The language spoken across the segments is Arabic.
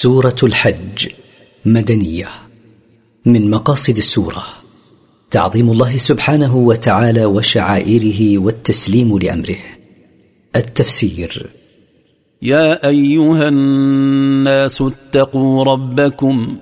سورة الحج مدنية. من مقاصد السورة تعظيم الله سبحانه وتعالى وشعائره والتسليم لأمره. التفسير: يا أيها الناس اتقوا ربكم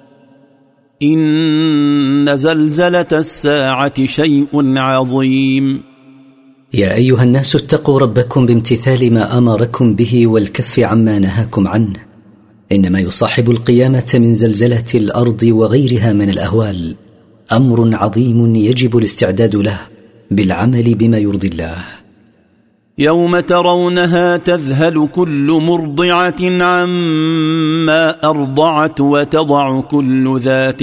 إن زلزلة الساعة شيء عظيم. يا أيها الناس اتقوا ربكم بامتثال ما أمركم به والكف عما نهاكم عنه. إنما يصاحب القيامة من زلزلة الأرض وغيرها من الأهوال أمر عظيم يجب الاستعداد له بالعمل بما يرضي الله. يوم ترونها تذهل كل مرضعة عما أرضعت وتضع كل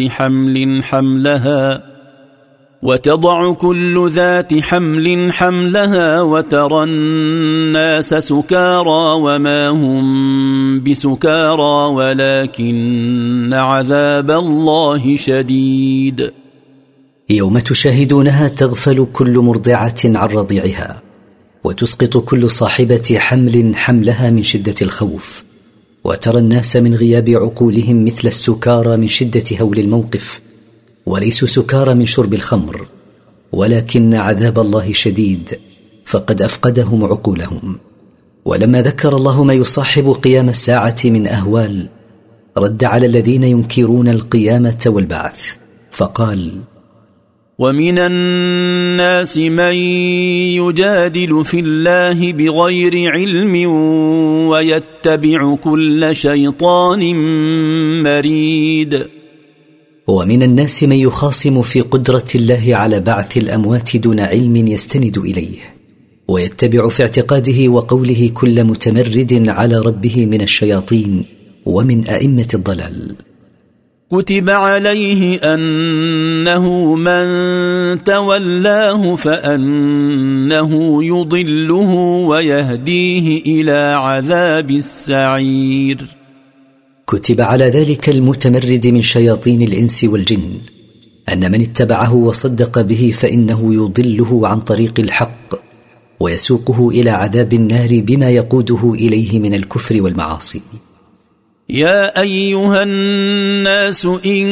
ذات حمل حملها وترى الناس سكارى وما هم بسكارى ولكن عذاب الله شديد. يوم تشاهدونها تغفل كل مرضعة عن رضيعها وتسقط كل صاحبة حمل حملها من شدة الخوف، وترى الناس من غياب عقولهم مثل السكارى من شدة هول الموقف، وليسوا سكارى من شرب الخمر، ولكن عذاب الله شديد فقد أفقدهم عقولهم. ولما ذكر الله ما يصاحب قيام الساعة من أهوال رد على الذين ينكرون القيامة والبعث فقال: ومن الناس من يجادل في الله بغير علم ويتبع كل شيطان مريد. ومن الناس من يخاصم في قدرة الله على بعث الأموات دون علم يستند إليه، ويتبع في اعتقاده وقوله كل متمرد على ربه من الشياطين ومن أئمة الضلال. كتب عليه أنه من تولاه فأنه يضله ويهديه إلى عذاب السعير. كتب على ذلك المتمرد من شياطين الإنس والجن أن من اتبعه وصدق به فإنه يضله عن طريق الحق ويسوقه إلى عذاب النار بما يقوده إليه من الكفر والمعاصي. يا أيها الناس إن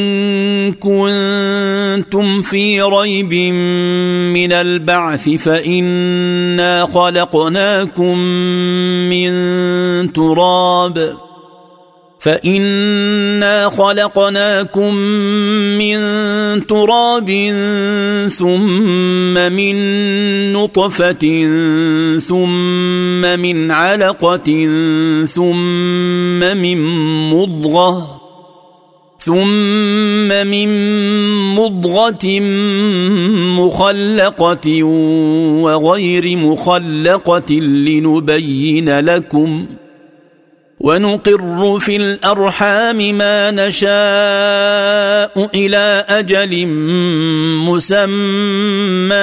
كنتم في ريب من البعث فإنا خلقناكم من تراب ثم من نطفة ثم من علقة ثم من مضغة مخلقة وغير مخلقة لنبين لكم، ونقر في الأرحام ما نشاء إلى أجل مسمى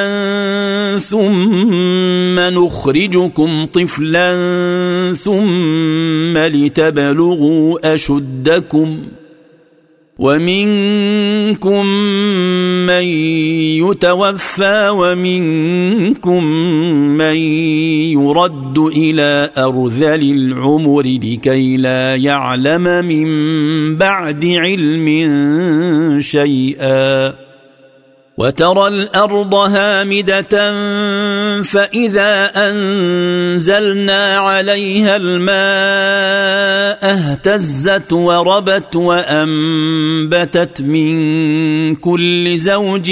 ثم نخرجكم طفلا ثم لتبلغوا أشدكم، ومنكم من يتوفى ومنكم من يرد إلى أرذل العمر لكي لا يعلم من بعد علم شيئا. وترى الأرض هامدة فإذا أنزلنا عليها الماء اهتزت وربت وأنبتت من كل زوج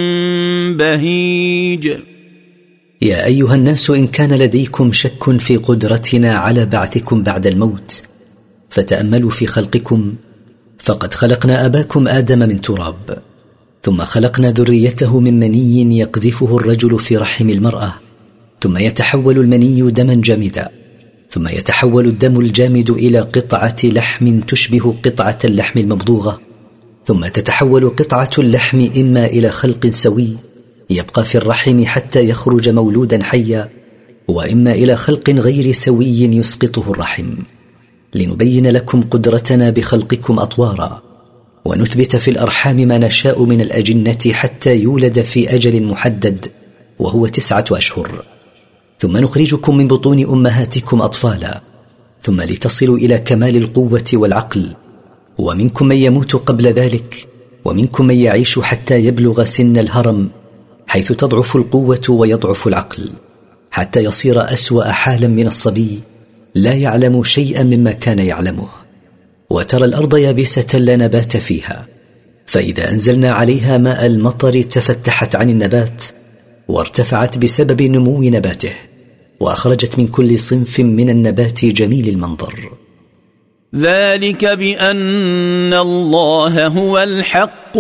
بهيج. يا أيها الناس إن كان لديكم شك في قدرتنا على بعثكم بعد الموت فتأملوا في خلقكم، فقد خلقنا أباكم آدم من تراب، ثم خلقنا ذريته من مني يقذفه الرجل في رحم المرأة، ثم يتحول المني دما جامدا، ثم يتحول الدم الجامد إلى قطعة لحم تشبه قطعة اللحم الممضوغة، ثم تتحول قطعة اللحم إما إلى خلق سوي يبقى في الرحم حتى يخرج مولودا حيا، وإما إلى خلق غير سوي يسقطه الرحم، لنبين لكم قدرتنا بخلقكم أطوارا، ونثبت في الأرحام ما نشاء من الأجنة حتى يولد في أجل محدد وهو 9 أشهر، ثم نخرجكم من بطون أمهاتكم أطفالا، ثم لتصلوا إلى كمال القوة والعقل، ومنكم من يموت قبل ذلك، ومنكم من يعيش حتى يبلغ سن الهرم، حيث تضعف القوة ويضعف العقل، حتى يصير أسوأ حالا من الصبي لا يعلم شيئا مما كان يعلمه. وترى الأرض يابسة لا نبات فيها، فإذا أنزلنا عليها ماء المطر تفتحت عن النبات وارتفعت بسبب نمو نباته، وأخرجت من كل صنف من النبات جميل المنظر. ذلك بأن الله هو الحق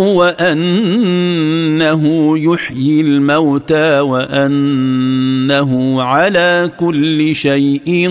وأنه يحيي الموتى وأنه على كل شيء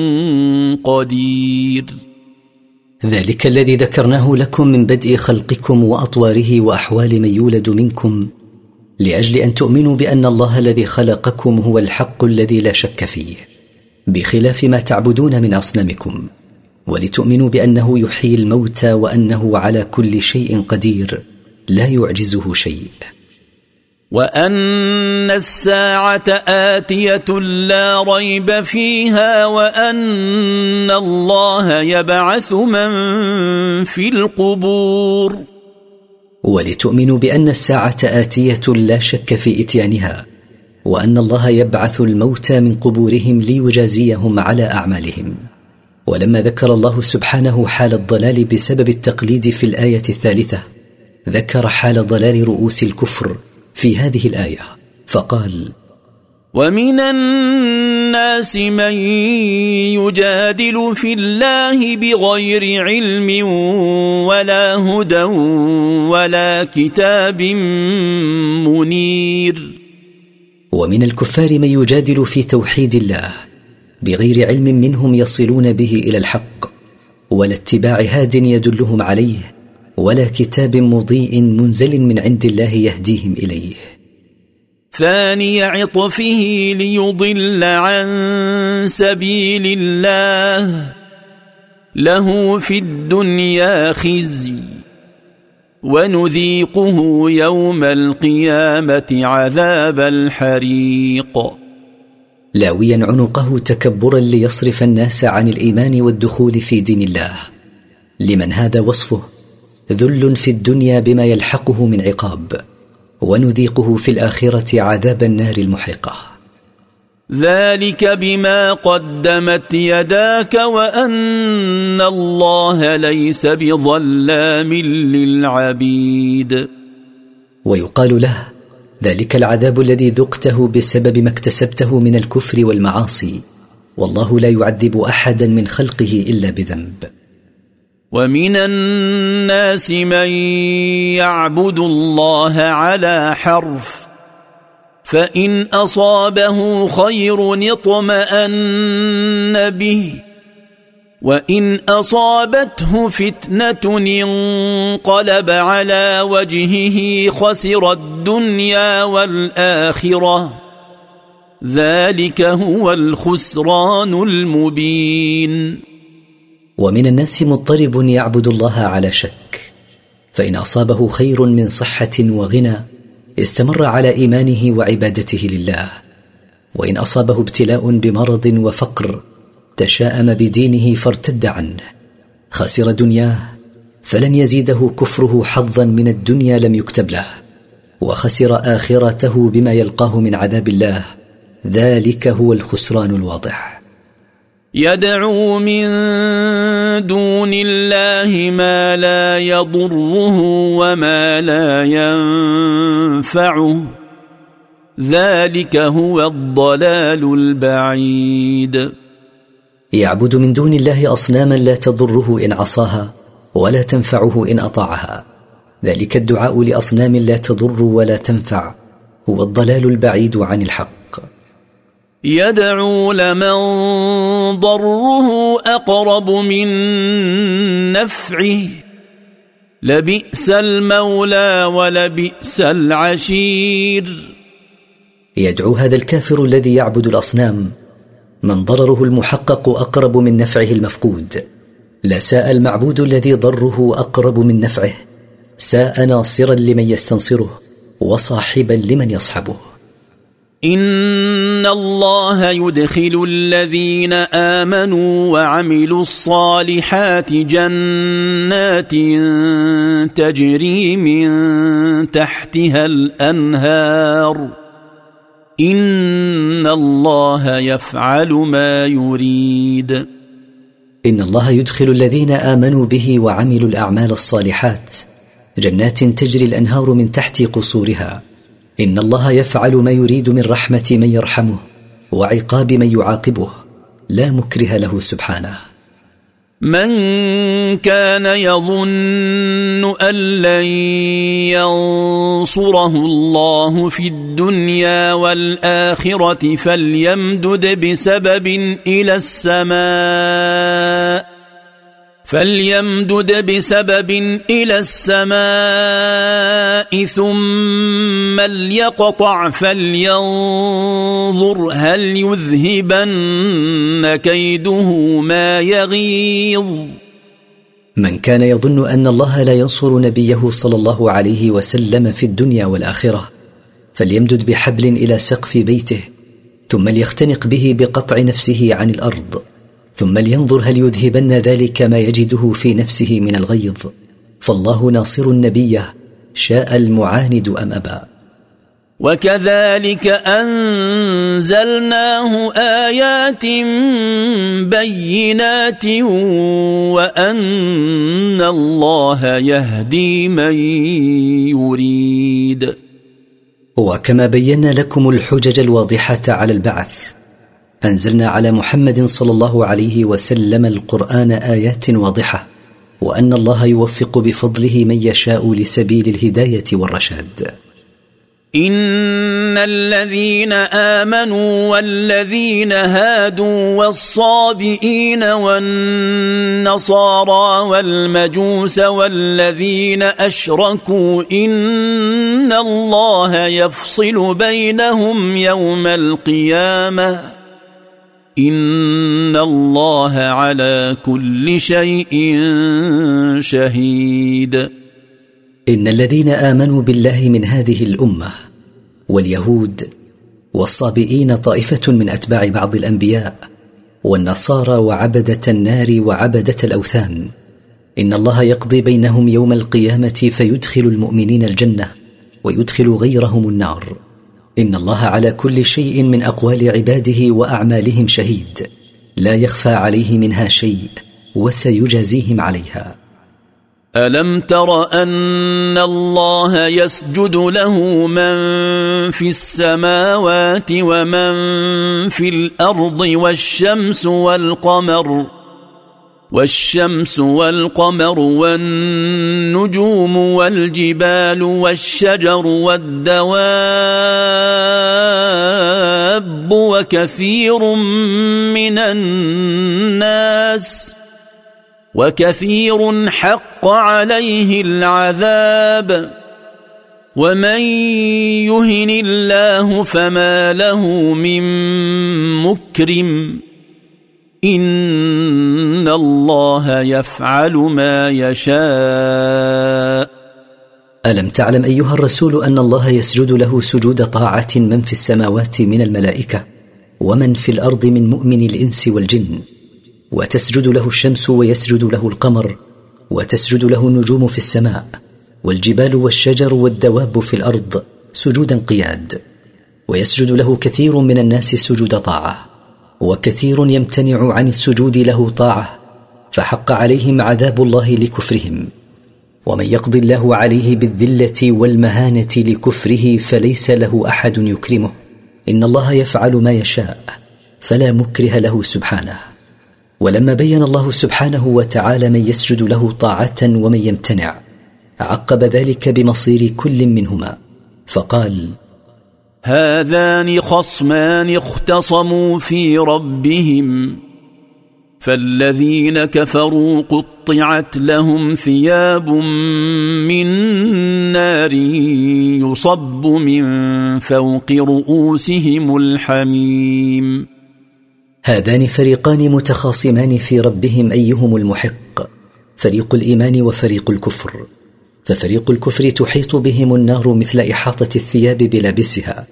قدير. ذلك الذي ذكرناه لكم من بدء خلقكم وأطواره وأحوال من يولد منكم، لأجل أن تؤمنوا بأن الله الذي خلقكم هو الحق الذي لا شك فيه، بخلاف ما تعبدون من أصنامكم، ولتؤمنوا بأنه يحيي الموتى وأنه على كل شيء قدير لا يعجزه شيء. وأن الساعة آتية لا ريب فيها وأن الله يبعث من في القبور. ولتؤمنوا بأن الساعة آتية لا شك في إتيانها، وأن الله يبعث الموتى من قبورهم ليجازيهم على أعمالهم. ولما ذكر الله سبحانه حال الضلال بسبب التقليد في الآية الثالثة، ذكر حال ضلال رؤوس الكفر في هذه الآية فقال: ومن الناس من يجادل في الله بغير علم ولا هدى ولا كتاب منير. ومن الكفار من يجادل في توحيد الله بغير علم منهم يصلون به إلى الحق، ولا اتباع هاد يدلهم عليه، ولا كتاب مضيء منزل من عند الله يهديهم إليه. ثاني عطفه ليضل عن سبيل الله، له في الدنيا خزي ونذيقه يوم القيامة عذاب الحريق. لاويا عنقه تكبرا ليصرف الناس عن الإيمان والدخول في دين الله، لمن هذا وصفه ذل في الدنيا بما يلحقه من عقاب، ونذيقه في الآخرة عذاب النار المحرقة. ذلك بما قدمت يداك وأن الله ليس بظلام للعبيد. ويقال له: ذلك العذاب الذي ذقته بسبب ما اكتسبته من الكفر والمعاصي، والله لا يعذب أحدا من خلقه إلا بذنب. ومن الناس من يعبد الله على حرف، فإن أصابه خير اطمأن به، وإن أصابته فتنة انقلب على وجهه خسر الدنيا والآخرة، ذلك هو الخسران المبين. ومن الناس مضطرب يعبد الله على شك، فإن أصابه خير من صحة وغنى استمر على إيمانه وعبادته لله، وإن أصابه ابتلاء بمرض وفقر تشاءم بدينه فارتد عنه، خسر دنياه فلن يزيده كفره حظا من الدنيا لم يكتب له، وخسر آخرته بما يلقاه من عذاب الله، ذلك هو الخسران الواضح. يدعو من دون الله ما لا يضره وما لا ينفعه، ذلك هو الضلال البعيد. يعبد من دون الله أصناما لا تضره إن عصاها ولا تنفعه إن أطاعها، ذلك الدعاء لأصنام لا تضر ولا تنفع هو الضلال البعيد عن الحق. يدعو لمن ضره أقرب من نفعه، لبئس المولى ولبئس العشير. يدعو هذا الكافر الذي يعبد الأصنام من ضرره المحقق أقرب من نفعه المفقود، لا ساء المعبود الذي ضره أقرب من نفعه، ساء ناصرا لمن يستنصره وصاحبا لمن يصحبه. إن الله يدخل الذين آمنوا وعملوا الصالحات جنات تجري من تحتها الأنهار إن الله يفعل ما يريد. إن الله يدخل الذين آمنوا به وعملوا الأعمال الصالحات جنات تجري الأنهار من تحت قصورها. إن الله يفعل ما يريد من رحمة من يرحمه وعقاب من يعاقبه، لا مكره له سبحانه. من كان يظن أن لن ينصره الله في الدنيا والآخرة فليمدد بسبب إلى السماء ثم ليقطع فلينظر هل يذهبن كيده ما يغيظ. من كان يظن أن الله لا ينصر نبيه صلى الله عليه وسلم في الدنيا والآخرة فليمدد بحبل إلى سقف بيته ثم ليختنق به بقطع نفسه عن الأرض ثم لينظر هل يذهبن ذلك ما يجده في نفسه من الغيظ، فالله ناصر نبيه شاء المعاند أم أبى. وكذلك أنزلناه آيات بينات وأن الله يهدي من يريد. وكما بينا لكم الحجج الواضحة على البعث أنزلنا على محمد صلى الله عليه وسلم القرآن آيات واضحة، وأن الله يوفق بفضله من يشاء لسبيل الهداية والرشاد. إن الذين آمنوا والذين هادوا والصابئين والنصارى والمجوس والذين أشركوا إن الله يفصل بينهم يوم القيامة إن الله على كل شيء شهيد. إن الذين آمنوا بالله من هذه الأمة واليهود والصابئين طائفة من أتباع بعض الأنبياء والنصارى وعبدة النار وعبدة الأوثان إن الله يقضي بينهم يوم القيامة فيدخل المؤمنين الجنة ويدخل غيرهم النار. إن الله على كل شيء من أقوال عباده وأعمالهم شهيد، لا يخفى عليه منها شيء وسيجازيهم عليها. ألم تر أن الله يسجد له من في السماوات ومن في الأرض والشمس والقمر والنجوم والجبال والشجر والدواب وكثير حق عليه العذاب ومن يهن الله فما له من مكرم إن الله يفعل ما يشاء. ألم تعلم أيها الرسول أن الله يسجد له سجود طاعة من في السماوات من الملائكة ومن في الأرض من مؤمن الإنس والجن، وتسجد له الشمس ويسجد له القمر وتسجد له النجوم في السماء والجبال والشجر والدواب في الأرض سجودا قياد، ويسجد له كثير من الناس سجود طاعة، وكثير يمتنع عن السجود له طاعة فحق عليهم عذاب الله لكفرهم. ومن يقضي الله عليه بالذلة والمهانة لكفره فليس له أحد يكرمه. إن الله يفعل ما يشاء فلا مكره له سبحانه. ولما بين الله سبحانه وتعالى من يسجد له طاعة ومن يمتنع عقب ذلك بمصير كل منهما فقال: هذان خصمان اختصموا في ربهم فالذين كفروا قطعت لهم ثياب من نار يصب من فوق رؤوسهم الحميم. هذان فريقان متخاصمان في ربهم أيهم المحق، فريق الإيمان وفريق الكفر. ففريق الكفر تحيط بهم النار مثل إحاطة الثياب بلابسها،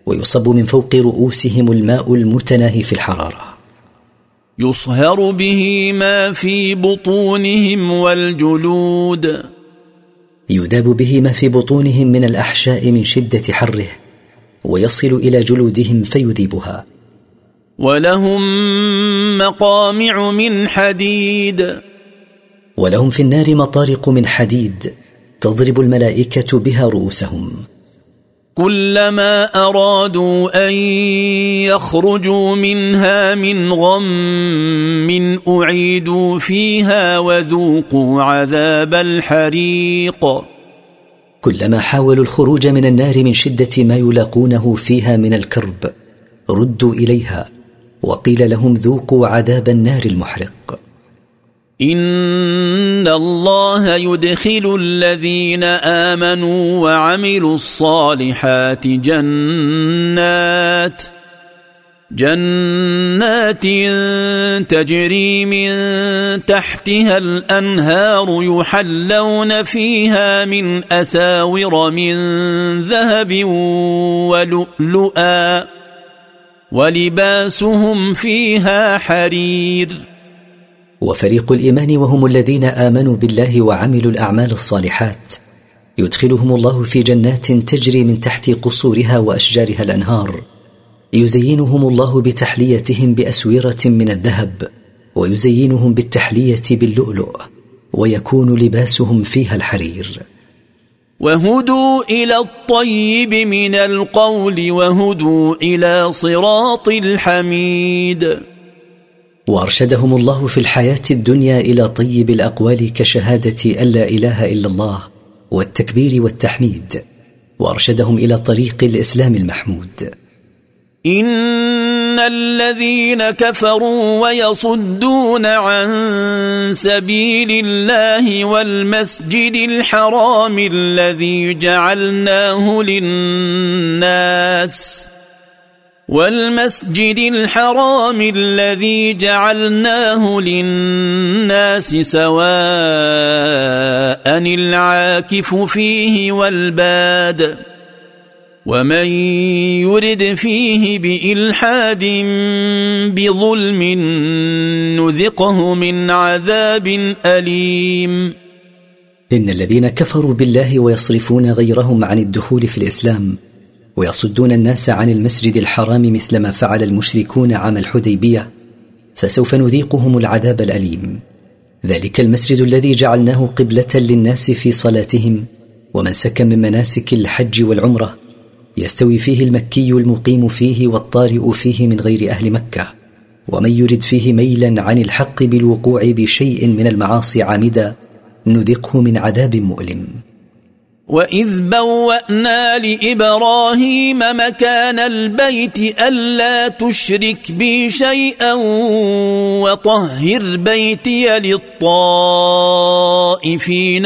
ويصب من فوق رؤوسهم الماء المتناهي في الحرارة، يصهر به ما في بطونهم والجلود، يذاب به ما في بطونهم من الأحشاء من شدة حره، ويصل إلى جلودهم فيذيبها. ولهم مقامع من حديد، ولهم في النار مطارق من حديد تضرب الملائكة بها رؤوسهم. كلما أرادوا أن يخرجوا منها من غم أعيدوا فيها وذوقوا عذاب الحريق. كلما حاولوا الخروج من النار من شدة ما يلاقونه فيها من الكرب ردوا إليها وقيل لهم ذوقوا عذاب النار المحرق. إن الله يدخل الذين آمنوا وعملوا الصالحات جنات تجري من تحتها الأنهار يحلون فيها من أساور من ذهب ولؤلؤا ولباسهم فيها حرير. وفريق الإيمان وهم الذين آمنوا بالله وعملوا الأعمال الصالحات يدخلهم الله في جنات تجري من تحت قصورها وأشجارها الأنهار، يزينهم الله بتحليتهم بأسورة من الذهب، ويزينهم بالتحلية باللؤلؤ، ويكون لباسهم فيها الحرير. وهدوا إلى الطيب من القول وهدوا إلى صراط الحميد. وأرشدهم الله في الحياة الدنيا إلى طيب الأقوال كشهادة أن لا إله إلا الله والتكبير والتحميد، وأرشدهم إلى طريق الإسلام المحمود. إن الذين كفروا ويصدون عن سبيل الله والمسجد الحرام الذي جعلناه للناس سواء العاكف فيه والباد ومن يرد فيه بإلحاد بظلم نذقه من عذاب أليم. إن الذين كفروا بالله ويصرفون غيرهم عن الدخول في الإسلام ويصدون الناس عن المسجد الحرام مثل ما فعل المشركون عام الحديبية فسوف نذيقهم العذاب الأليم. ذلك المسجد الذي جعلناه قبلة للناس في صلاتهم ومنسكا من مناسك الحج والعمرة، يستوي فيه المكي المقيم فيه والطارئ فيه من غير أهل مكة، ومن يرد فيه ميلا عن الحق بالوقوع بشيء من المعاصي عامدا نذقه من عذاب مؤلم. وإذ بوأنا لإبراهيم مكان البيت ألا تشرك بي شيئا وطهر بيتي للطائفين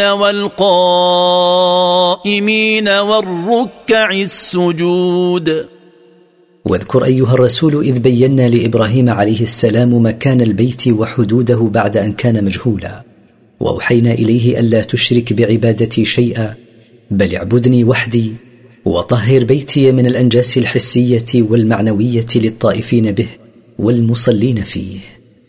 والقائمين والركع السجود. واذكر أيها الرسول إذ بينا لإبراهيم عليه السلام مكان البيت وحدوده بعد أن كان مجهولا، وأوحينا إليه ألا تشرك بعبادتي شيئا بل اعبدني وحدي، وطهر بيتي من الأنجاس الحسية والمعنوية للطائفين به والمصلين فيه.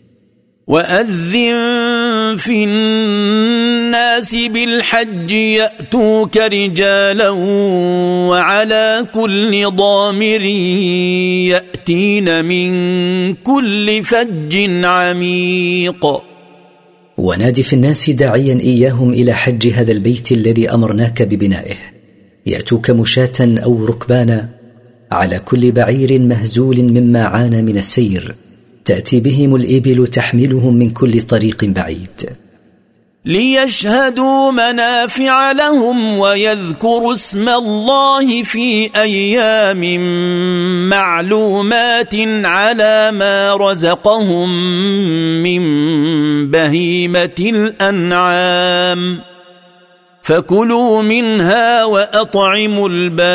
وأذن في الناس بالحج يأتوك رجالا وعلى كل ضامر يأتين من كل فج عميق. ونادي في الناس داعيا إياهم إلى حج هذا البيت الذي أمرناك ببنائه، يأتوك مشاة أو ركبانا على كل بعير مهزول مما عانى من السير، تأتي بهم الإبل تحملهم من كل طريق بعيد. ليشهدوا منافع لهم ويذكروا اسم الله في أيام معلومات على ما رزقهم من بهيمة الأنعام فكلوا منها وأطعموا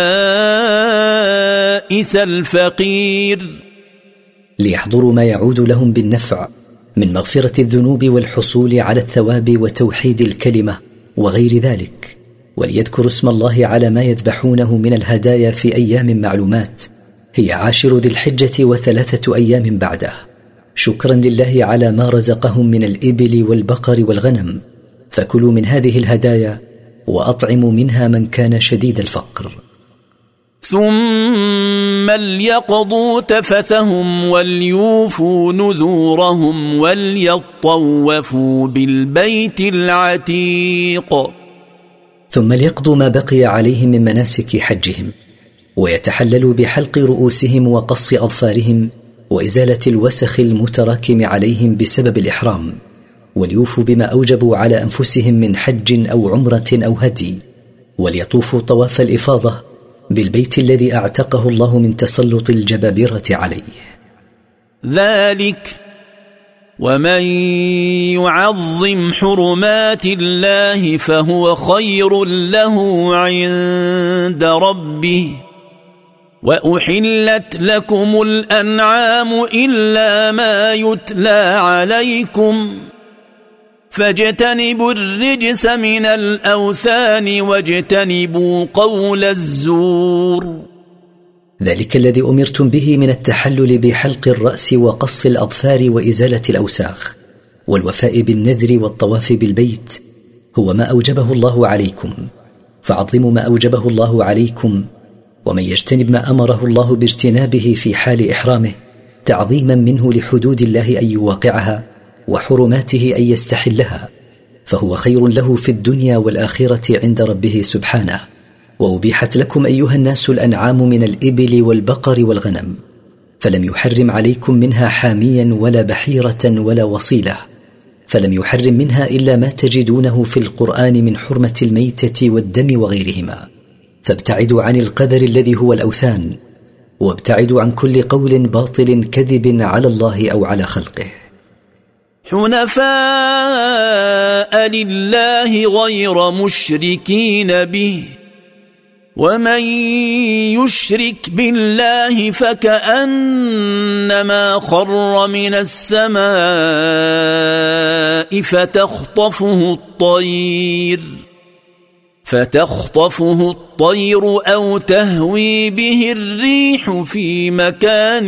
البائس الفقير. ليحضروا ما يعود لهم بالنفع من مغفرة الذنوب والحصول على الثواب وتوحيد الكلمة وغير ذلك، وليذكروا اسم الله على ما يذبحونه من الهدايا في أيام معلومات هي 10 ذي الحجة و3 أيام بعده، شكرا لله على ما رزقهم من الإبل والبقر والغنم، فكلوا من هذه الهدايا وأطعموا منها من كان شديد الفقر. ثم ليقضوا تفثهم وليوفوا نذورهم وليطوفوا بالبيت العتيق. ثم ليقضوا ما بقي عليهم من مناسك حجهم، ويتحللوا بحلق رؤوسهم وقص أظفارهم وإزالة الوسخ المتراكم عليهم بسبب الإحرام، وليوفوا بما أوجبوا على أنفسهم من حج أو عمرة أو هدي، وليطوفوا طواف الإفاضة بالبيت الذي أعتقه الله من تسلط الجبابرة عليه. ذلك ومن يعظم حرمات الله فهو خير له عند ربه، وأحلت لكم الأنعام إلا ما يتلى عليكم، فاجتنبوا الرجس من الأوثان واجتنبوا قول الزور. ذلك الذي أمرتم به من التحلل بحلق الرأس وقص الأظفار وإزالة الأوساخ والوفاء بالنذر والطواف بالبيت هو ما أوجبه الله عليكم، فعظموا ما أوجبه الله عليكم، ومن يجتنب ما أمره الله باجتنابه في حال إحرامه تعظيما منه لحدود الله أن يواقعها وحرماته أن يستحلها، فهو خير له في الدنيا والآخرة عند ربه سبحانه. وأبيحت لكم أيها الناس الأنعام من الإبل والبقر والغنم، فلم يحرم عليكم منها حاميا ولا بحيرة ولا وصيلة، فلم يحرم منها إلا ما تجدونه في القرآن من حرمة الميتة والدم وغيرهما، فابتعدوا عن القدر الذي هو الأوثان، وابتعدوا عن كل قول باطل كذب على الله أو على خلقه. حنفاء لله غير مشركين به، ومن يشرك بالله فكأنما خر من السماء فتخطفه الطير أو تهوي به الريح في مكان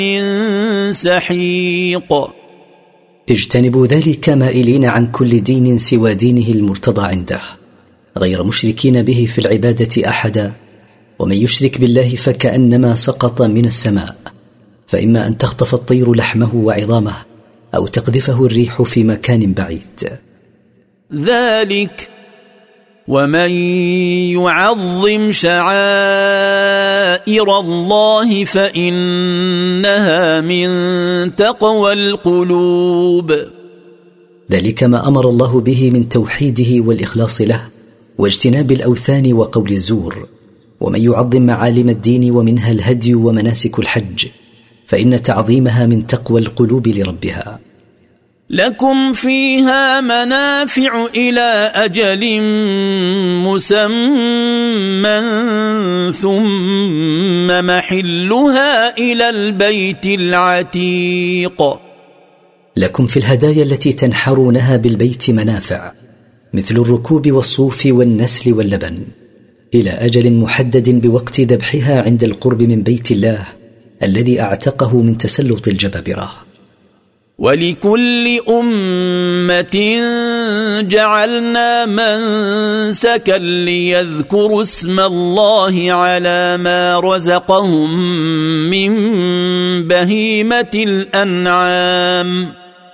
سحيق. اجتنبوا ذلك مائلين عن كل دين سوى دينه المرتضى عنده، غير مشركين به في العبادة أحدا، ومن يشرك بالله فكأنما سقط من السماء، فإما أن تخطف الطير لحمه وعظامه أو تقذفه الريح في مكان بعيد. ذلك ومن يعظم شعائر الله فإنها من تقوى القلوب. ذلك ما أمر الله به من توحيده والإخلاص له واجتناب الأوثان وقول الزور. ومن يعظم معالم الدين ومنها الهدي ومناسك الحج فإن تعظيمها من تقوى القلوب لربها. لكم فيها منافع إلى أجل مسمى ثم محلها إلى البيت العتيق. لكم في الهدايا التي تنحرونها بالبيت منافع مثل الركوب والصوف والنسل واللبن إلى أجل محدد بوقت ذبحها عند القرب من بيت الله الذي أعتقه من تسلط الجبابرة. ولكل أمة جعلنا منسكا ليذكروا اسم الله على ما رزقهم من بهيمة الأنعام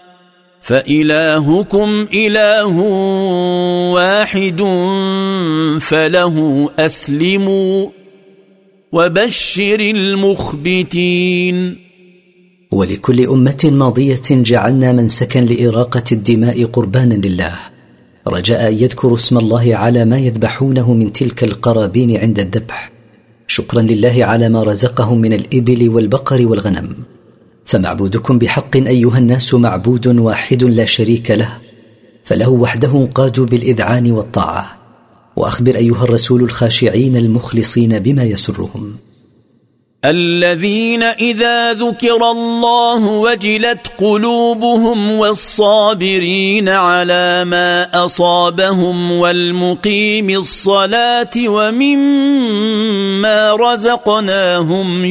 فإلهكم إله واحد فله أسلموا وبشر المخبتين. ولكل أمة ماضية جعلنا منسكا لإراقة الدماء قربانا لله رجاء أن يذكروا اسم الله على ما يذبحونه من تلك القرابين عند الذبح شكرا لله على ما رزقهم من الإبل والبقر والغنم. فمعبودكم بحق أيها الناس معبود واحد لا شريك له، فله وحده قادوا بالإذعان والطاعة. وأخبر أيها الرسول الخاشعين المخلصين بما يسرهم. الذين إذا ذكر الله وجلت قلوبهم والصابرين على ما أصابهم والمقيم الصلاة ومما رزقناهم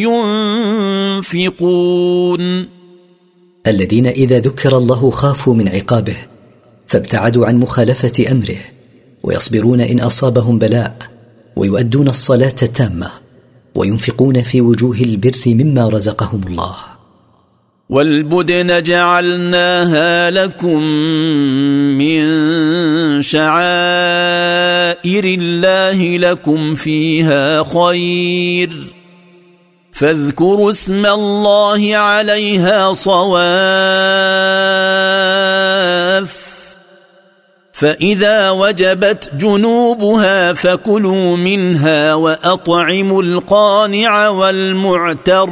ينفقون. الذين إذا ذكر الله خافوا من عقابه فابتعدوا عن مخالفة أمره، ويصبرون إن أصابهم بلاء، ويؤدون الصلاة تامة، وينفقون في وجوه البر مما رزقهم الله. والبدن جعلناها لكم من شعائر الله لكم فيها خير فاذكروا اسم الله عليها صواف، فإذا وجبت جنوبها فكلوا منها وأطعموا القانع والمعتر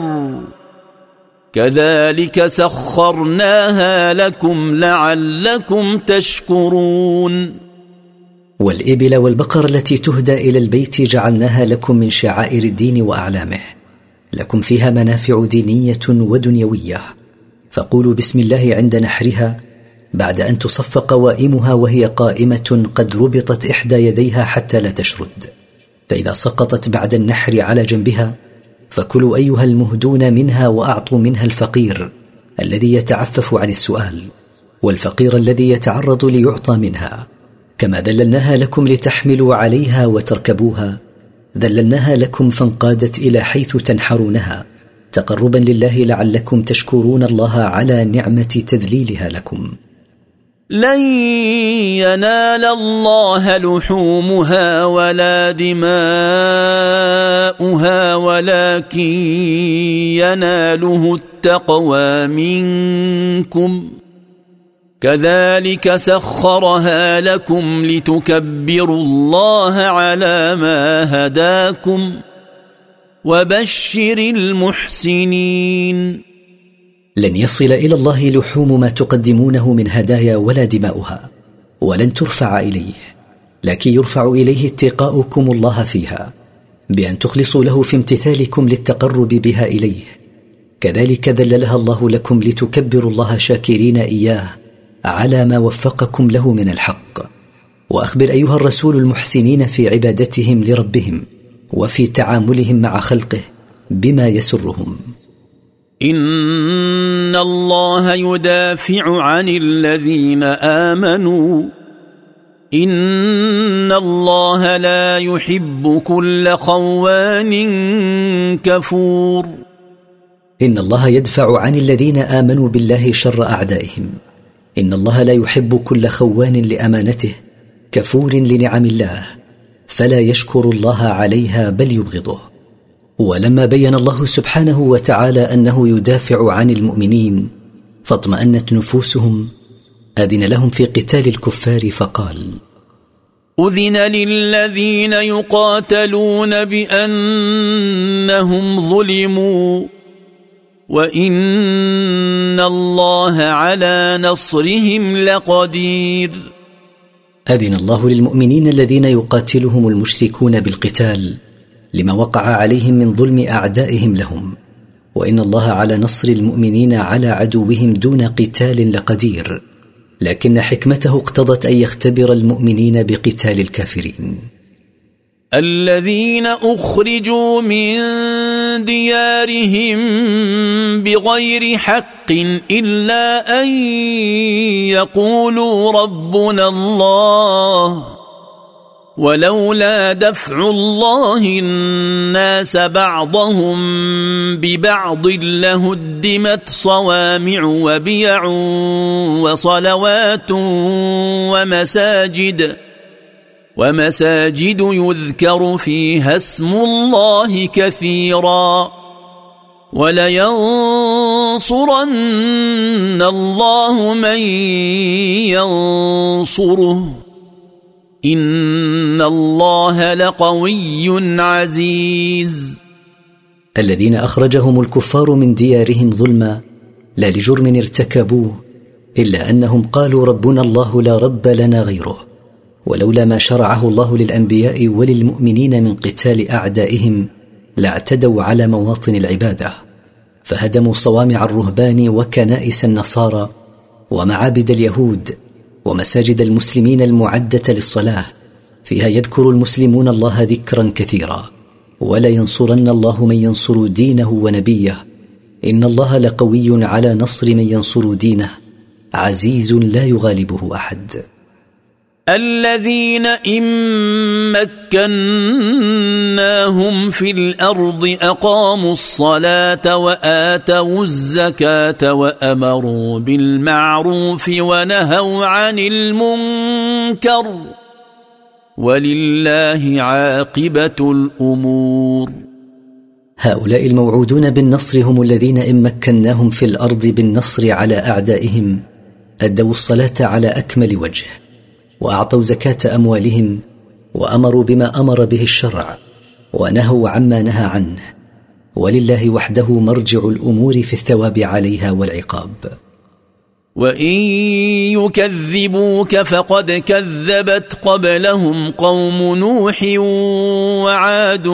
كذلك سخرناها لكم لعلكم تشكرون. والإبل والبقر التي تهدى إلى البيت جعلناها لكم من شعائر الدين وأعلامه، لكم فيها منافع دينية ودنيوية، فقولوا بسم الله عند نحرها بعد أن تصف قوائمها وهي قائمة قد ربطت إحدى يديها حتى لا تشرد، فإذا سقطت بعد النحر على جنبها فكلوا أيها المهدون منها، وأعطوا منها الفقير الذي يتعفف عن السؤال، والفقير الذي يتعرض ليعطى منها. كما ذللناها لكم لتحملوا عليها وتركبوها، ذللناها لكم فانقادت إلى حيث تنحرونها تقربا لله لعلكم تشكرون الله على نعمة تذليلها لكم. لن ينال الله لحومها ولا دماؤها ولكن يناله التقوى منكم كذلك سخرها لكم لتكبروا الله على ما هداكم وبشر المحسنين. لن يصل إلى الله لحوم ما تقدمونه من هدايا ولا دماؤها، ولن ترفع إليه، لكن يرفع إليه اتقاؤكم الله فيها بأن تخلصوا له في امتثالكم للتقرب بها إليه. كذلك ذللها الله لكم لتكبروا الله شاكرين إياه على ما وفقكم له من الحق. وأخبر أيها الرسول المحسنين في عبادتهم لربهم وفي تعاملهم مع خلقه بما يسرهم. إن الله يدافع عن الذين آمنوا إن الله لا يحب كل خوان كفور. إن الله يدفع عن الذين آمنوا بالله شر أعدائهم. إن الله لا يحب كل خوان لأمانته كفور لنعم الله، فلا يشكر الله عليها بل يبغضه. ولما بين الله سبحانه وتعالى أنه يدافع عن المؤمنين فاطمأنت نفوسهم أذن لهم في قتال الكفار فقال: أذن للذين يقاتلون بأنهم ظلموا وإن الله على نصرهم لقدير. أذن الله للمؤمنين الذين يقاتلهم المشركون بالقتال لما وقع عليهم من ظلم أعدائهم لهم، وإن الله على نصر المؤمنين على عدوهم دون قتال لقدير، لكن حكمته اقتضت أن يختبر المؤمنين بقتال الكافرين. الذين أخرجوا من ديارهم بغير حق إلا أن يقولوا ربنا الله ولولا دفع الله الناس بعضهم ببعض لهدمت صوامع وبيع وصلوات ومساجد يذكر فيها اسم الله كثيرا ولينصرن الله من ينصره إن الله لقوي عزيز. الذين أخرجهم الكفار من ديارهم ظلما لا لجرم ارتكبوه، إلا أنهم قالوا ربنا الله لا رب لنا غيره، ولولا ما شرعه الله للأنبياء وللمؤمنين من قتال أعدائهم لاعتدوا على مواطن العبادة، فهدموا صوامع الرهبان وكنائس النصارى ومعابد اليهود ومساجد المسلمين المعدة للصلاة، فيها يذكر المسلمون الله ذكرا كثيرا. ولا ينصرن الله من ينصر دينه ونبيه، إن الله لقوي على نصر من ينصر دينه، عزيز لا يغالبه أحد. الذين إن مكناهم في الأرض أقاموا الصلاة وآتوا الزكاة وأمروا بالمعروف ونهوا عن المنكر ولله عاقبة الأمور. هؤلاء الموعودون بالنصر هم الذين إن مكناهم في الأرض بالنصر على أعدائهم أدوا الصلاة على أكمل وجه، وأعطوا زكاة أموالهم، وأمروا بما أمر به الشرع، ونهوا عما نهى عنه، ولله وحده مرجع الأمور في الثواب عليها والعقاب. وإن يكذبوك فقد كذبت قبلهم قوم نوح وعاد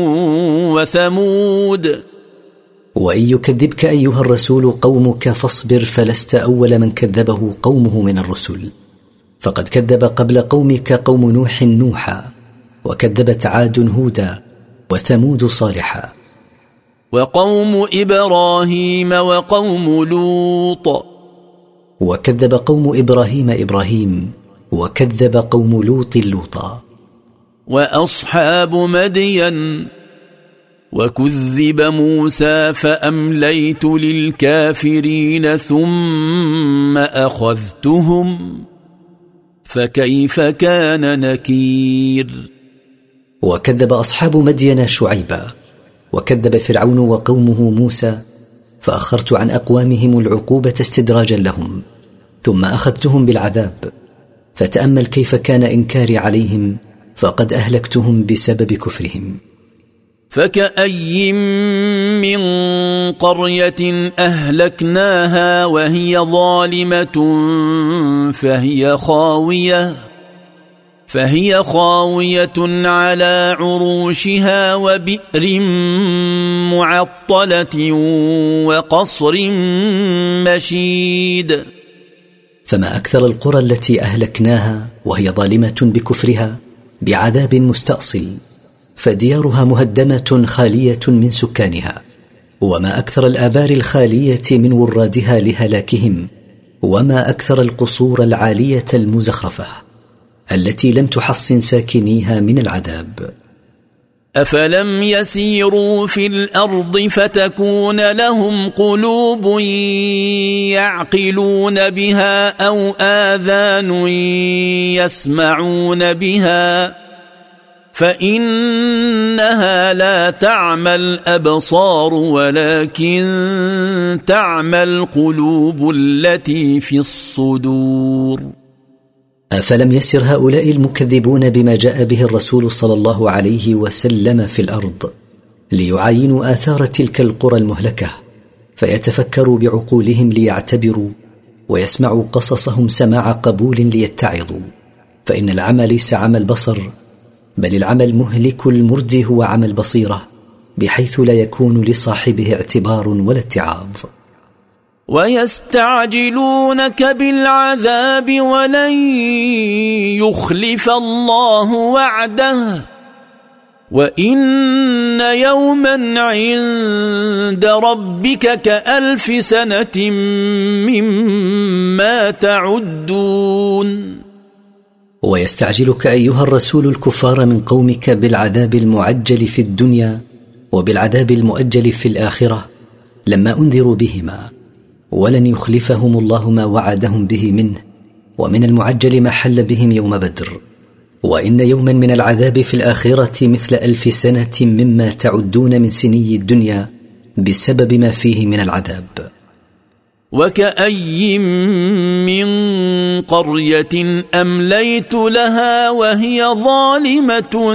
وثمود. وإن يكذبك أيها الرسول قومك فاصبر، فلست أول من كذبه قومه من الرسل، فقد كذب قبل قومك قوم نوح نوحا، وكذبت عاد هودا، وثمود صالحا، وقوم إبراهيم وقوم لوط، وكذب قوم إبراهيم إبراهيم، وكذب قوم لوط لوطا، وأصحاب مدين، وكذب موسى فأمليت للكافرين ثم أخذتهم فكيف كان نكير. وكذب أصحاب مدين شعيبا، وكذب فرعون وقومه موسى، فأخرت عن أقوامهم العقوبة استدراجا لهم، ثم أخذتهم بالعذاب، فتأمل كيف كان إنكاري عليهم، فقد أهلكتهم بسبب كفرهم. فكأي من قرية أهلكناها وهي ظالمة فهي خاوية على عروشها وبئر معطلة وقصر مشيد. فما أكثر القرى التي أهلكناها وهي ظالمة بكفرها بعذاب مستأصل، فديارها مهدمة خالية من سكانها، وما أكثر الآبار الخالية من ورادها لهلاكهم، وما أكثر القصور العالية المزخرفة التي لم تحصن ساكنيها من العذاب. أفلم يسيروا في الأرض فتكون لهم قلوب يعقلون بها أو آذان يسمعون بها، فإنها لا تعمى الأبصار ولكن تعمى القلوب التي في الصدور. أفلم يسر هؤلاء المكذبون بما جاء به الرسول صلى الله عليه وسلم في الأرض ليعاينوا آثار تلك القرى المهلكة، فيتفكروا بعقولهم ليعتبروا، ويسمعوا قصصهم سماع قبول ليتعظوا، فإن العمى ليس عمى البصر، بل العمى المهلك المردي هو عمى البصيرة، بحيث لا يكون لصاحبه اعتبار ولا اتعاظ. ويستعجلونك بالعذاب ولن يخلف الله وعده وإن يوما عند ربك كألف سنة مما تعدون. ويستعجلك أيها الرسول الكفار من قومك بالعذاب المعجل في الدنيا وبالعذاب المؤجل في الآخرة لما أنذروا بهما، ولن يخلفهم الله ما وعدهم به منه، ومن المعجل ما حل بهم يوم بدر، وإن يوما من العذاب في الآخرة مثل 1000 سنة مما تعدون من سني الدنيا بسبب ما فيه من العذاب. وكأي من قرية أمليت لها وهي ظالمة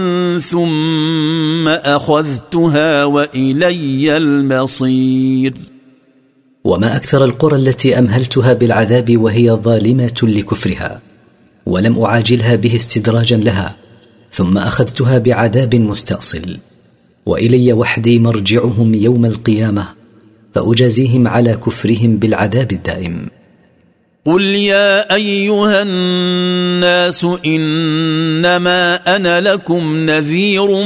ثم أخذتها وإلي المصير. وما أكثر القرى التي أمهلتها بالعذاب وهي ظالمة لكفرها، ولم أعاجلها به استدراجا لها، ثم أخذتها بعذاب مستأصل. وإلي وحدي مرجعهم يوم القيامة فأجازيهم على كفرهم بالعذاب الدائم. قل يا أيها الناس إنما أنا لكم نذير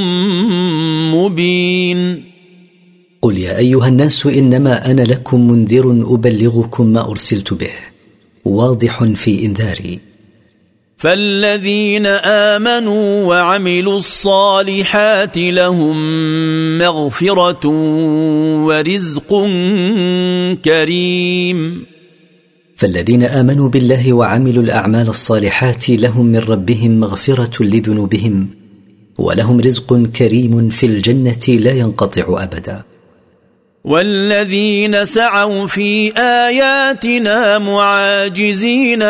مبين. قل يا أيها الناس إنما أنا لكم منذر أبلغكم ما أرسلت به واضح في إنذاري. فالذين آمنوا وعملوا الصالحات لهم مغفرة ورزق كريم. فالذين آمنوا بالله وعملوا الأعمال الصالحات لهم من ربهم مغفرة لذنوبهم ولهم رزق كريم في الجنة لا ينقطع أبدا. والذين سعوا في آياتنا معاجزين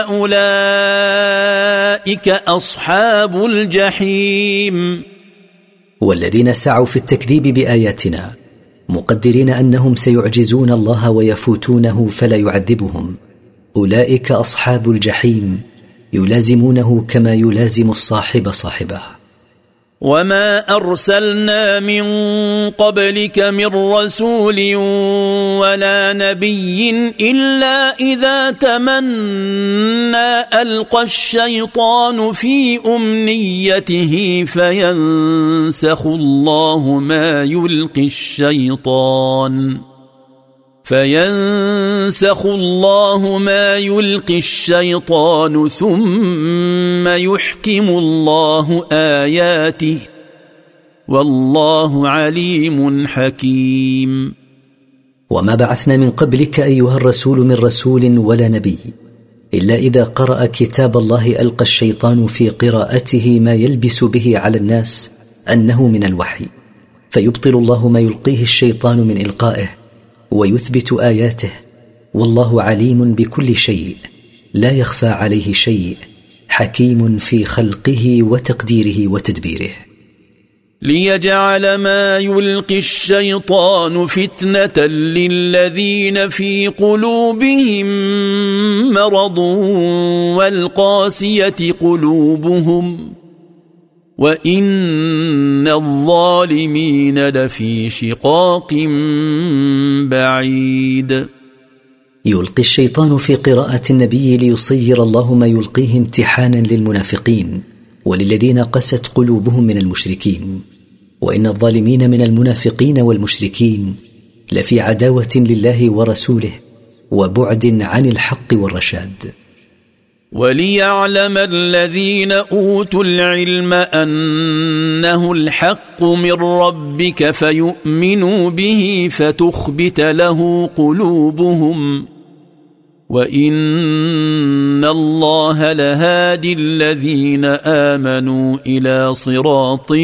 أولئك أصحاب الجحيم. والذين سعوا في التكذيب بآياتنا مقدرين أنهم سيعجزون الله ويفوتونه فلا يعذبهم، أولئك أصحاب الجحيم يلازمونه كما يلازم الصاحب صاحبه. وما أرسلنا من قبلك من رسول ولا نبي إلا إذا تمنى ألقى الشيطان في أمنيته فينسخ الله ما يلقي الشيطان ثم يحكم الله آياته والله عليم حكيم. وما بعثنا من قبلك أيها الرسول من رسول ولا نبي إلا إذا قرأ كتاب الله ألقى الشيطان في قراءته ما يلبس به على الناس أنه من الوحي، فيبطل الله ما يلقيه الشيطان من إلقائه ويثبت آياته، والله عليم بكل شيء لا يخفى عليه شيء، حكيم في خلقه وتقديره وتدبيره. ليجعل ما يلقي الشيطان فتنة للذين في قلوبهم مرض والقاسية قلوبهم وإن الظالمين لفي شقاق بعيد. يلقي الشيطان في قراءة النبي ليصير الله ما يلقيه امتحانا للمنافقين وللذين قست قلوبهم من المشركين، وإن الظالمين من المنافقين والمشركين لفي عداوة لله ورسوله وبعد عن الحق والرشاد. وليعلم الذين أوتوا العلم أنه الحق من ربك فيؤمنوا به فتخبت له قلوبهم وإن الله لهادي الذين آمنوا إلى صراط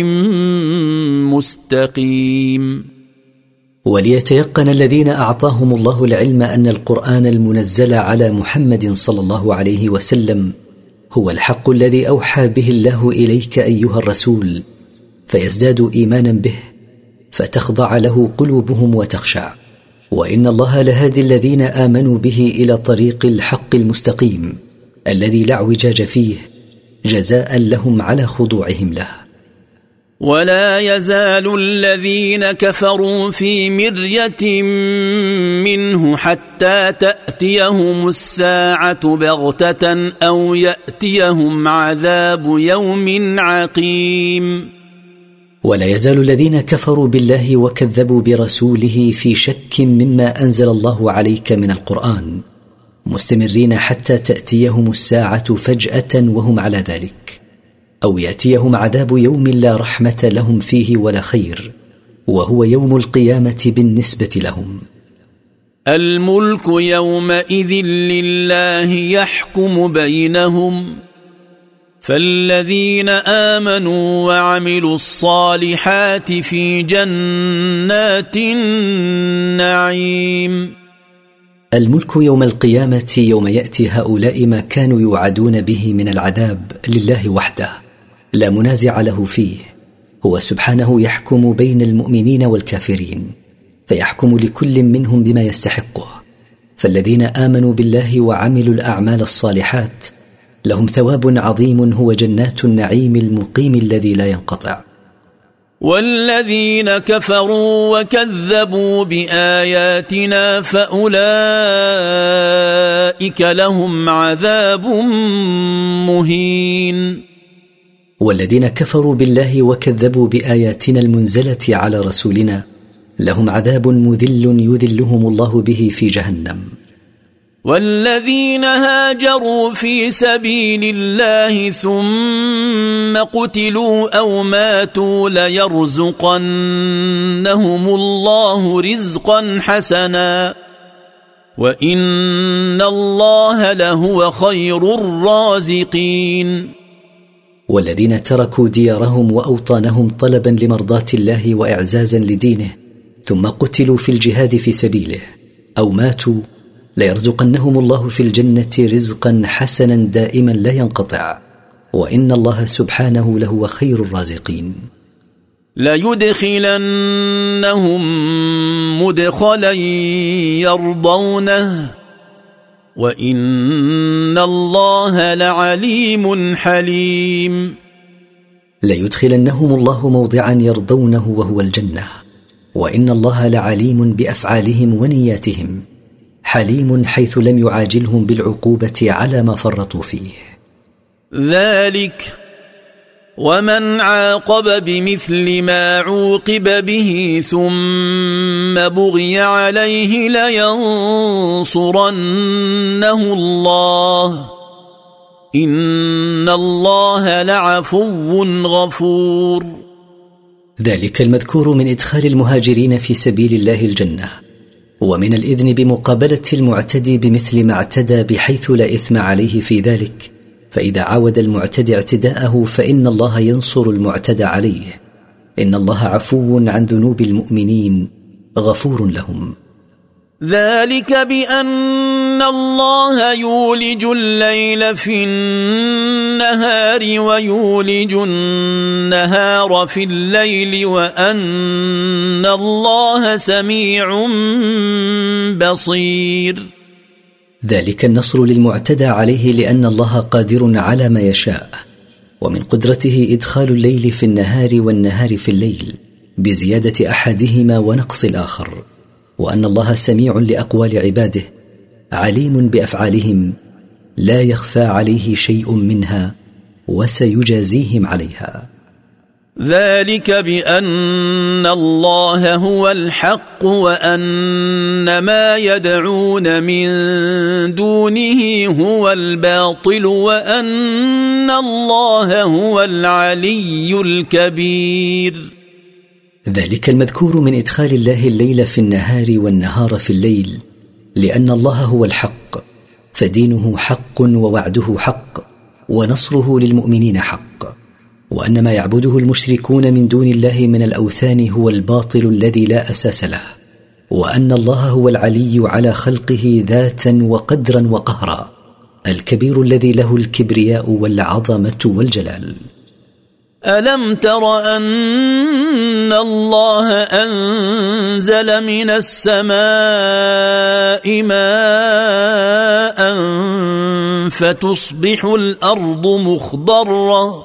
مستقيم. وليتيقن الذين أعطاهم الله العلم أن القرآن المنزل على محمد صلى الله عليه وسلم هو الحق الذي أوحى به الله إليك أيها الرسول، فيزدادوا إيمانا به فتخضع له قلوبهم وتخشع، وإن الله لهادي الذين آمنوا به إلى طريق الحق المستقيم الذي لا اعوجاج فيه جزاء لهم على خضوعهم له. ولا يزال الذين كفروا في مرية منه حتى تأتيهم الساعة بغتة أو يأتيهم عذاب يوم عقيم. ولا يزال الذين كفروا بالله وكذبوا برسوله في شك مما أنزل الله عليك من القرآن مستمرين حتى تأتيهم الساعة فجأة وهم على ذلك، أو يأتيهم عذاب يوم لا رحمة لهم فيه ولا خير، وهو يوم القيامة بالنسبة لهم. الملك يومئذ لله يحكم بينهم فالذين آمنوا وعملوا الصالحات في جنات النعيم. الملك يوم القيامة يوم يأتي هؤلاء ما كانوا يوعدون به من العذاب لله وحده لا منازع له فيه، هو سبحانه يحكم بين المؤمنين والكافرين فيحكم لكل منهم بما يستحقه. فالذين آمنوا بالله وعملوا الأعمال الصالحات لهم ثواب عظيم هو جنات النعيم المقيم الذي لا ينقطع. والذين كفروا وكذبوا بآياتنا فأولئك لهم عذاب مهين. والذين كفروا بالله وكذبوا بآياتنا المنزلة على رسولنا لهم عذاب مذل يذلهم الله به في جهنم. والذين هاجروا في سبيل الله ثم قتلوا أو ماتوا ليرزقنهم الله رزقا حسنا وإن الله لهو خير الرازقين. والذين تركوا ديارهم وأوطانهم طلبا لمرضاة الله وإعزازا لدينه ثم قتلوا في الجهاد في سبيله أو ماتوا ليرزقنهم الله في الجنة رزقا حسنا دائما لا ينقطع وإن الله سبحانه لهو خير الرازقين. ليدخلنهم مدخلا يرضونه وإن الله لعليم حليم. ليدخلنهم الله موضعا يرضونه وهو الجنة وإن الله لعليم بأفعالهم ونياتهم حليم حيث لم يعاجلهم بالعقوبة على ما فرطوا فيه. ذلك ومن عاقب بمثل ما عوقب به ثم بغي عليه لينصرنه الله إن الله لعفو غفور. ذلك المذكور من إدخال المهاجرين في سبيل الله الجنة ومن الإذن بمقابلة المعتدي بمثل ما اعتدى بحيث لا إثم عليه في ذلك، فإذا عاود المعتدي اعتداءه فإن الله ينصر المعتدى عليه. إن الله عفو عن ذنوب المؤمنين غفور لهم. ذلك بأن الله يولج الليل في النهار ويولج النهار في الليل وأن الله سميع بصير. ذلك النصر للمعتدى عليه لأن الله قادر على ما يشاء، ومن قدرته إدخال الليل في النهار والنهار في الليل بزيادة أحدهما ونقص الآخر، وأن الله سميع لأقوال عباده عليم بأفعالهم لا يخفى عليه شيء منها وسيجازيهم عليها. ذلك بأن الله هو الحق وأن ما يدعون من دونه هو الباطل وأن الله هو العلي الكبير. ذلك المذكور من إدخال الله الليل في النهار والنهار في الليل لأن الله هو الحق، فدينه حق ووعده حق ونصره للمؤمنين حق، وأن ما يعبده المشركون من دون الله من الأوثان هو الباطل الذي لا أساس له، وأن الله هو العلي على خلقه ذاتا وقدرا وقهرا الكبير الذي له الكبرياء والعظمة والجلال. ألم تر أن الله أنزل من السماء ماء فتصبح الأرض مخضرة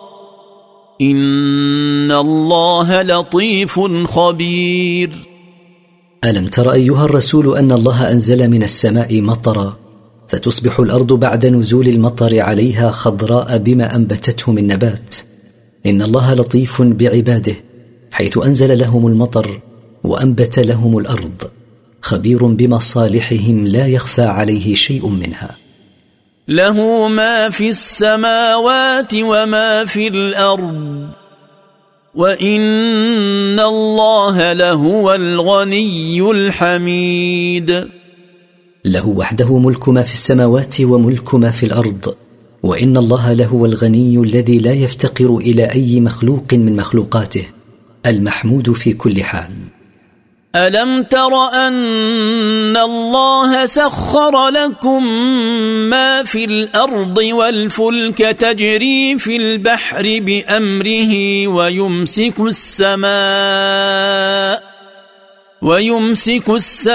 إن الله لطيف خبير. ألم تر أيها الرسول أن الله أنزل من السماء مطرا فتصبح الأرض بعد نزول المطر عليها خضراء بما أنبتته من نبات. إن الله لطيف بعباده حيث أنزل لهم المطر وأنبت لهم الأرض، خبير بمصالحهم لا يخفى عليه شيء منها. له ما في السماوات وما في الأرض وإن الله لهو الغني الحميد. له وحده ملك ما في السماوات وملك ما في الأرض، وإن الله لهو الغني الذي لا يفتقر إلى أي مخلوق من مخلوقاته المحمود في كل حال. ألم تر أن الله سخر لكم ما في الأرض والفلك تجري في البحر بأمره ويمسك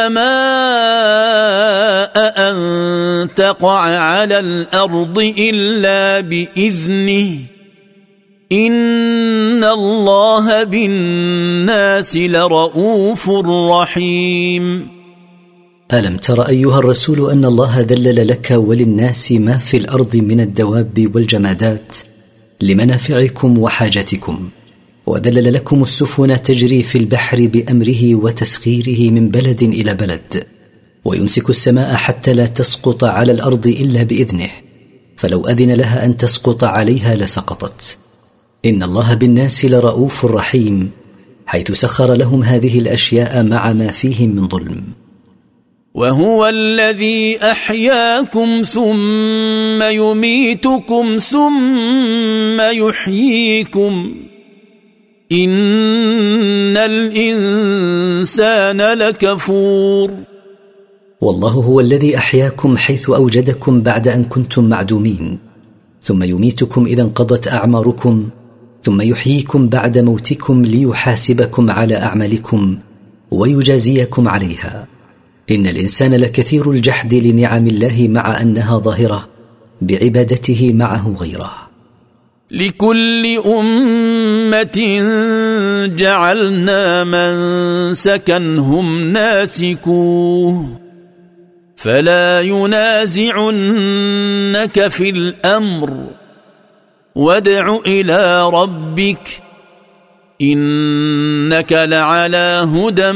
السماء أن تقع على الأرض إلا بإذنه إن الله بالناس لرؤوف رحيم. ألم تر أيها الرسول أن الله ذلل لك وللناس ما في الأرض من الدواب والجمادات لمنافعكم وحاجتكم، وذلل لكم السفن تجري في البحر بأمره وتسخيره من بلد إلى بلد، ويمسك السماء حتى لا تسقط على الأرض إلا بإذنه، فلو أذن لها أن تسقط عليها لسقطت. إن الله بالناس لرؤوف رحيم، حيث سخر لهم هذه الأشياء مع ما فيهم من ظلم. وهو الذي أحياكم ثم يميتكم ثم يحييكم، إن الإنسان لكفور. والله هو الذي أحياكم حيث أوجدكم بعد أن كنتم معدومين، ثم يميتكم إذا انقضت أعماركم، ثم يحييكم بعد موتكم ليحاسبكم على أعمالكم ويجازيكم عليها. إن الإنسان لكثير الجحد لنعم الله مع أنها ظاهرة بعبادته معه غيره. لكل أمة جعلنا منسكا هم ناسكوه فلا ينازعنك في الأمر وادع إلى ربك إنك لعلى هدى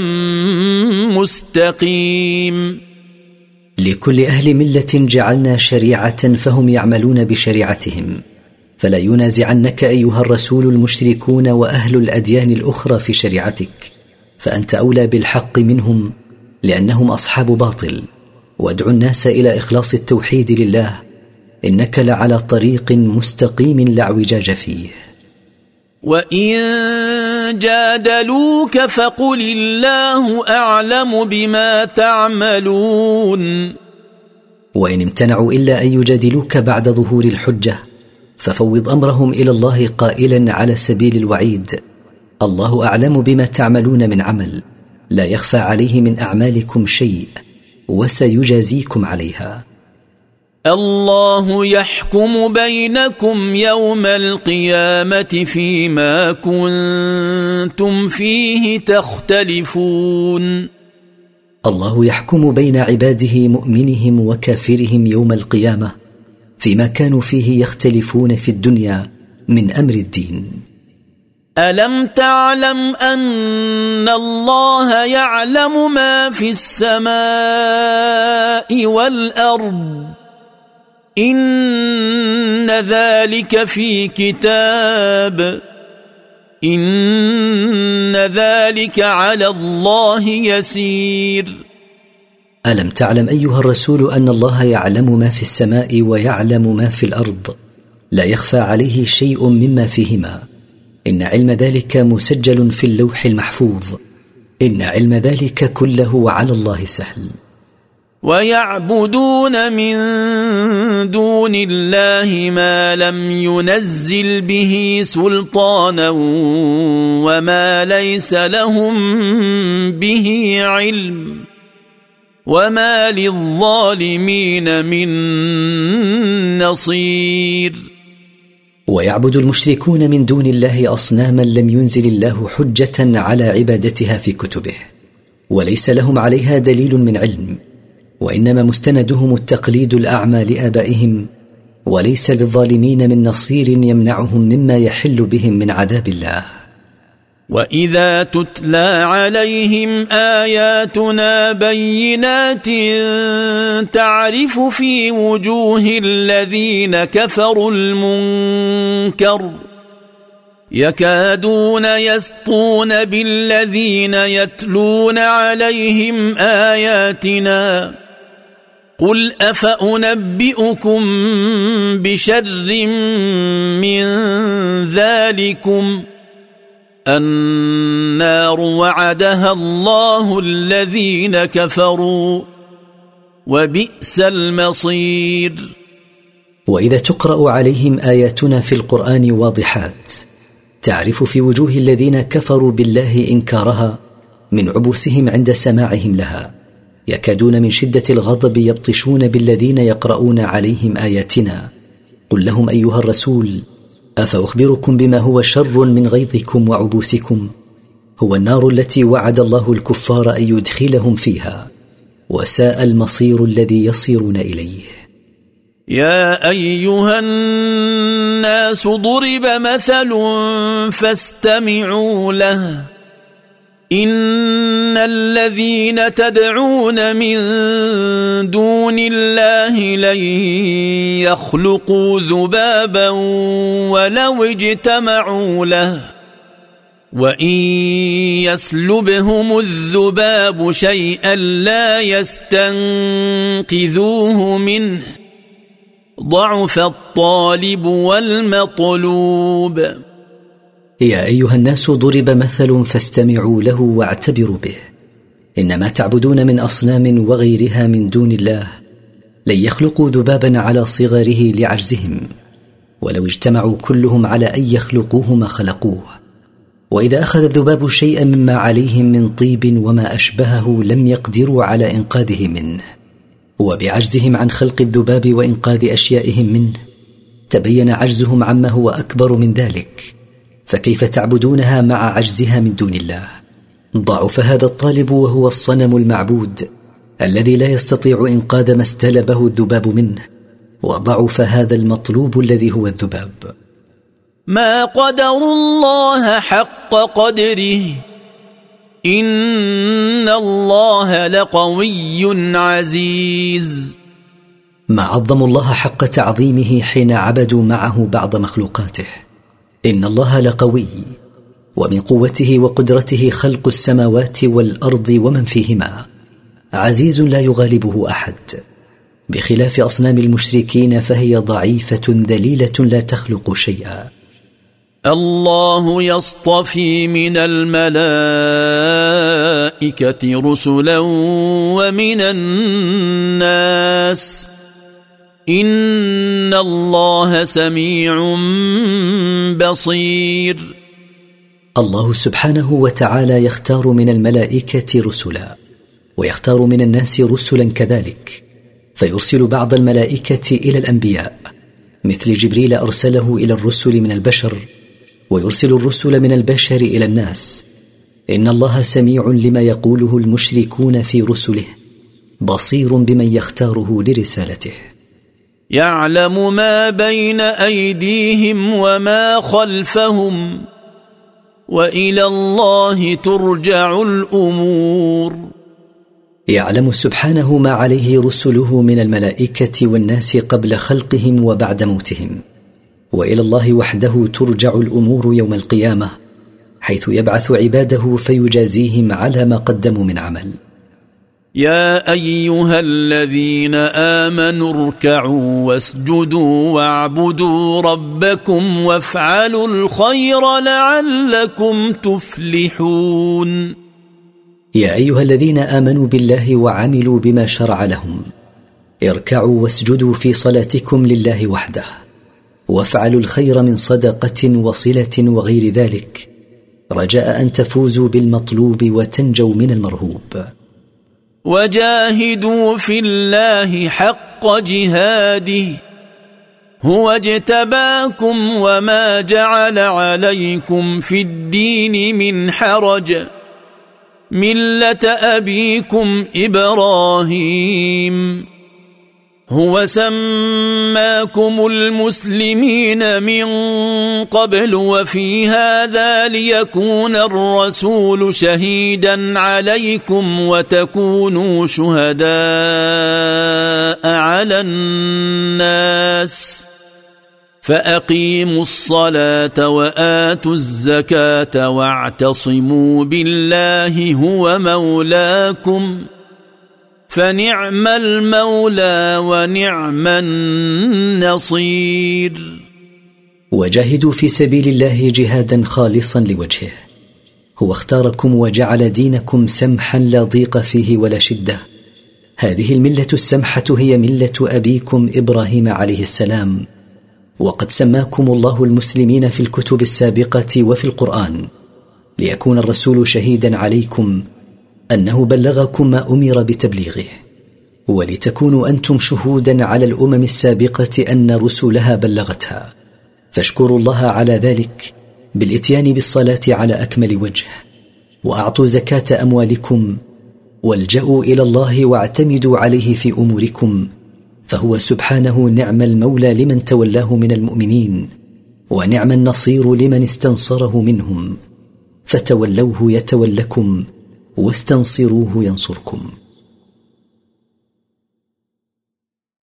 مستقيم. لكل أهل ملة جعلنا شريعة فهم يعملون بشريعتهم، فلا ينازعنك أيها الرسول المشركون وأهل الأديان الأخرى في شريعتك، فأنت أولى بالحق منهم لأنهم أصحاب باطل. وادعو الناس إلى إخلاص التوحيد لله، إنك لعلى طريق مستقيم لا اعوجاج فيه. وإن جادلوك فقل الله أعلم بما تعملون. وإن امتنعوا إلا أن يجادلوك بعد ظهور الحجة ففوض أمرهم إلى الله قائلا على سبيل الوعيد: الله أعلم بما تعملون من عمل، لا يخفى عليه من أعمالكم شيء وسيجازيكم عليها. الله يحكم بينكم يوم القيامة فيما كنتم فيه تختلفون. الله يحكم بين عباده مؤمنهم وكافرهم يوم القيامة فيما كانوا فيه يختلفون في الدنيا من أمر الدين. ألم تعلم أن الله يعلم ما في السماء والأرض إن ذلك في كتاب إن ذلك على الله يسير. ألم تعلم أيها الرسول أن الله يعلم ما في السماء ويعلم ما في الأرض، لا يخفى عليه شيء مما فيهما، إن علم ذلك مسجل في اللوح المحفوظ، إن علم ذلك كله على الله سهل. ويعبدون من دون الله ما لم ينزل به سلطانا وما ليس لهم به علم وما للظالمين من نصير. ويعبد المشركون من دون الله أصناما لم ينزل الله حجة على عبادتها في كتبه، وليس لهم عليها دليل من علم، وإنما مستندهم التقليد الأعمى لآبائهم، وليس للظالمين من نصير يمنعهم مما يحل بهم من عذاب الله. وإذا تتلى عليهم آياتنا بينات تعرف في وجوه الذين كفروا المنكر يكادون يسطون بالذين يتلون عليهم آياتنا قل أفأنبئكم بشر من ذلكم النار وعدها الله الذين كفروا وبئس المصير. وإذا تقرأ عليهم آياتنا في القرآن واضحات تعرف في وجوه الذين كفروا بالله إنكارها من عبوسهم عند سماعهم لها، يكادون من شدة الغضب يبطشون بالذين يقرؤون عليهم آياتنا. قل لهم أيها الرسول: أفأخبركم بما هو شر من غيظكم وعبوسكم؟ هو النار التي وعد الله الكفار أن يدخلهم فيها، وساء المصير الذي يصيرون إليه. يا أيها الناس ضرب مثل فاستمعوا له. إن الذين تدعون من دون الله لن يخلقوا ذبابا ولو اجتمعوا له، وإن يسلبهم الذباب شيئا لا يستنقذوه منه، ضعف الطالب والمطلوب. يا أيها الناس ضرب مثل فاستمعوا له واعتبروا به. إنما تعبدون من أصنام وغيرها من دون الله لن يخلقوا ذبابا على صغره لعجزهم، ولو اجتمعوا كلهم على أن يخلقوه ما خلقوه. وإذا أخذ الذباب شيئا مما عليهم من طيب وما أشبهه لم يقدروا على إنقاذه منه، وبعجزهم عن خلق الذباب وإنقاذ أشيائهم منه تبين عجزهم عما هو أكبر من ذلك، فكيف تعبدونها مع عجزها من دون الله؟ ضعف هذا الطالب وهو الصنم المعبود الذي لا يستطيع إنقاذ ما استلبه الذباب منه، وضعف هذا المطلوب الذي هو الذباب. ما قدروا الله حق قدره، إن الله لقوي عزيز. ما عظموا الله حق تعظيمه حين عبدوا معه بعض مخلوقاته. إن الله لقوي، ومن قوته وقدرته خلق السماوات والأرض ومن فيهما، عزيز لا يغالبه أحد، بخلاف أصنام المشركين فهي ضعيفة ذليلة لا تخلق شيئا. الله يصطفي من الملائكة رسلا ومن الناس، إن الله سميع بصير. الله سبحانه وتعالى يختار من الملائكة رسلا، ويختار من الناس رسلا كذلك، فيرسل بعض الملائكة إلى الأنبياء، مثل جبريل أرسله إلى الرسل من البشر، ويرسل الرسل من البشر إلى الناس. إن الله سميع لما يقوله المشركون في رسله، بصير بمن يختاره لرسالته. يعلم ما بين أيديهم وما خلفهم، وإلى الله ترجع الأمور. يعلم سبحانه ما عليه رسله من الملائكة والناس قبل خلقهم وبعد موتهم، وإلى الله وحده ترجع الأمور يوم القيامة، حيث يبعث عباده فيجازيهم على ما قدموا من عمل. يا أيها الذين آمنوا اركعوا واسجدوا واعبدوا ربكم وافعلوا الخير لعلكم تفلحون. يا أيها الذين آمنوا بالله وعملوا بما شرع لهم، اركعوا واسجدوا في صلاتكم لله وحده، وافعلوا الخير من صدقة وصلة وغير ذلك، رجاء أن تفوزوا بالمطلوب وتنجوا من المرهوب. وجاهدوا في الله حق جهاده، هو اجتباكم وما جعل عليكم في الدين من حرج، ملة أبيكم إبراهيم، هو سماكم المسلمين من قبل وفي هذا ليكون الرسول شهيدا عليكم وتكونوا شهداء على الناس، فأقيموا الصلاة وآتوا الزكاة واعتصموا بالله هو مولاكم، فنعم المولى ونعم النصير. وجاهدوا في سبيل الله جهادا خالصا لوجهه، هو اختاركم وجعل دينكم سمحا لا ضيق فيه ولا شدة. هذه الملة السمحة هي ملة أبيكم إبراهيم عليه السلام، وقد سماكم الله المسلمين في الكتب السابقة وفي القرآن، ليكون الرسول شهيدا عليكم أنه بلغكم ما أمر بتبليغه، ولتكونوا أنتم شهودا على الأمم السابقة أن رسلها بلغتها، فاشكروا الله على ذلك بالاتيان بالصلاة على أكمل وجه، وأعطوا زكاة أموالكم، والجأوا إلى الله واعتمدوا عليه في أموركم، فهو سبحانه نعم المولى لمن تولاه من المؤمنين، ونعم النصير لمن استنصره منهم، فتولوه يتولكم واستنصروه ينصركم.